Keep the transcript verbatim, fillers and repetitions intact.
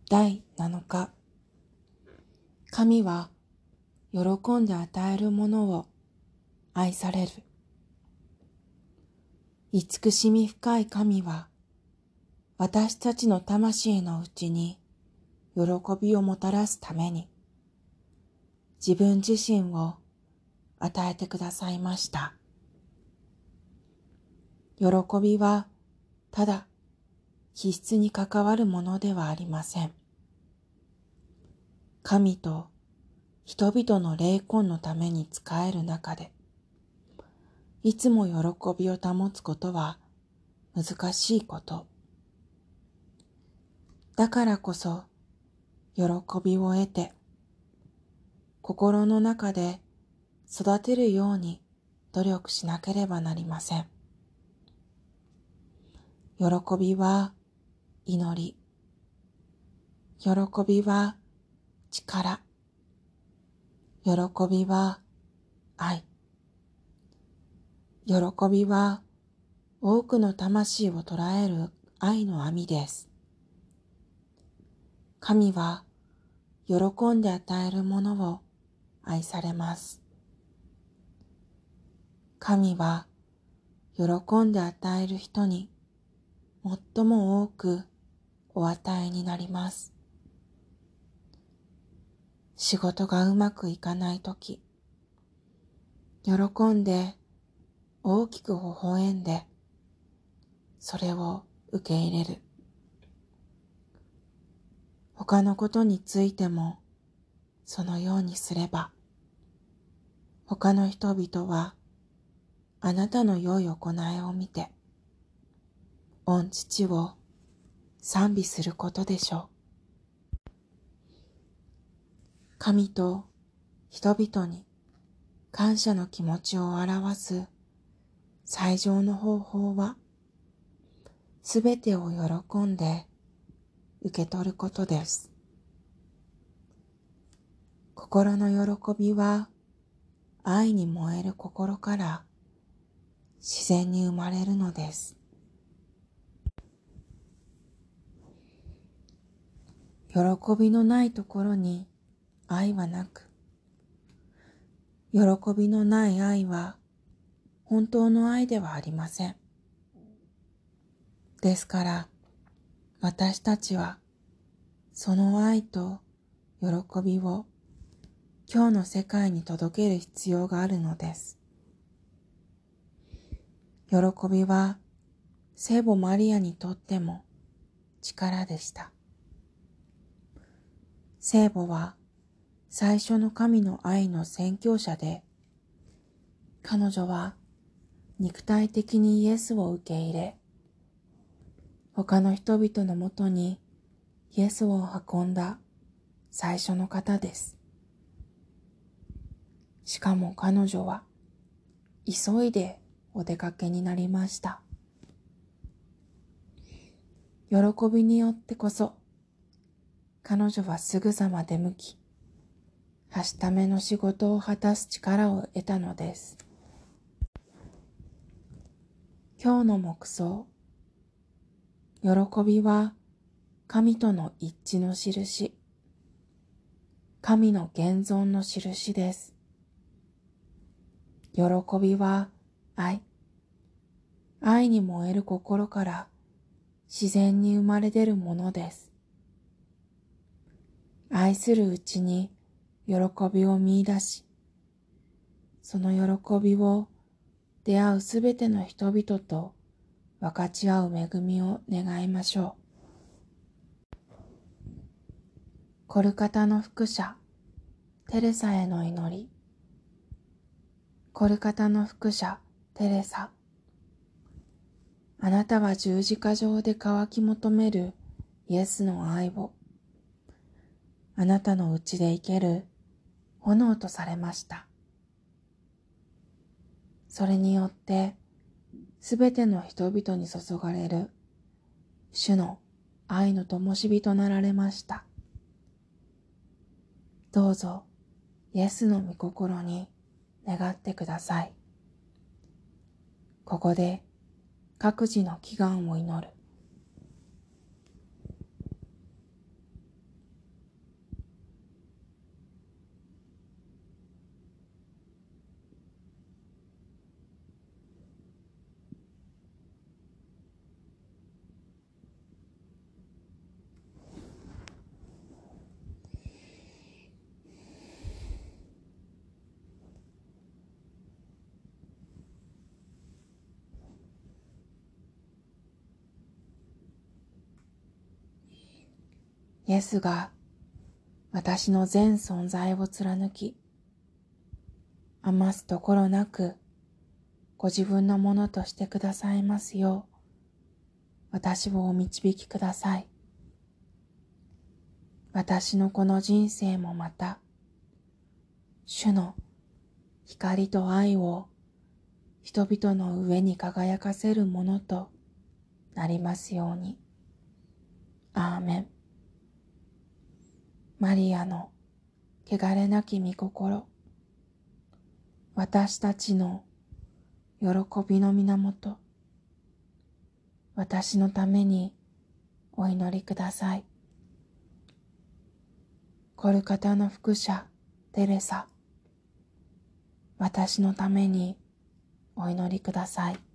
だいなのか、神は喜んで与えるものを愛される。慈しみ深い神は、私たちの魂のうちに喜びをもたらすために、自分自身を与えてくださいました。喜びはただ気質に関わるものではありません。神と人々の霊魂のために仕える中で、いつも喜びを保つことは難しいこと。だからこそ、喜びを得て、心の中で育てるように努力しなければなりません。喜びは祈り、喜びは力、喜びは愛、喜びは多くの魂を捉える愛の網です。神は喜んで与えるものを愛されます。神は喜んで与える人に最も多くお与えになります。仕事がうまくいかないとき、喜んで大きく微笑んで、それを受け入れる。他のことについてもそのようにすれば、他の人々はあなたの良い行いを見て、御父を賛美することでしょう。神と人々に感謝の気持ちを表す最上の方法は、すべてを喜んで受け取ることです。心の喜びは愛に燃える心から自然に生まれるのです。喜びのないところに愛はなく、喜びのない愛は本当の愛ではありません。ですから、私たちはその愛と喜びを今日の世界に届ける必要があるのです。喜びは聖母マリアにとっても力でした。聖母は最初の神の愛の宣教者で、彼女は肉体的にイエスを受け入れ、他の人々のもとにイエスを運んだ最初の方です。しかも彼女は急いでお出かけになりました。喜びによってこそ、彼女はすぐさま出向き、はしための仕事を果たす力を得たのです。今日の黙想、喜びは神との一致の印、神の現存の印です。喜びは愛、愛に燃える心から自然に生まれ出るものです。愛するうちに喜びを見出し、その喜びを出会うすべての人々と分かち合う恵みを願いましょう。コルカタの福者、テレサへの祈り。コルカタの福者、テレサ。あなたは十字架上で渇き求めるイエスの愛を、あなたのうちで生ける炎とされました。それによって、すべての人々に注がれる主の愛の灯火となられました。どうぞイエスの御心に願ってください。ここで各自の祈願を祈る。 イエスが私の全存在を貫き、余すところなくご自分のものとしてくださいますよう、私をお導きください。私のこの人生もまた、主の光と愛を人々の上に輝かせるものとなりますように。アーメン。マリアの汚れなき御心、私たちの喜びの源、私のためにお祈りください。コルカタの福者テレサ、私のためにお祈りください。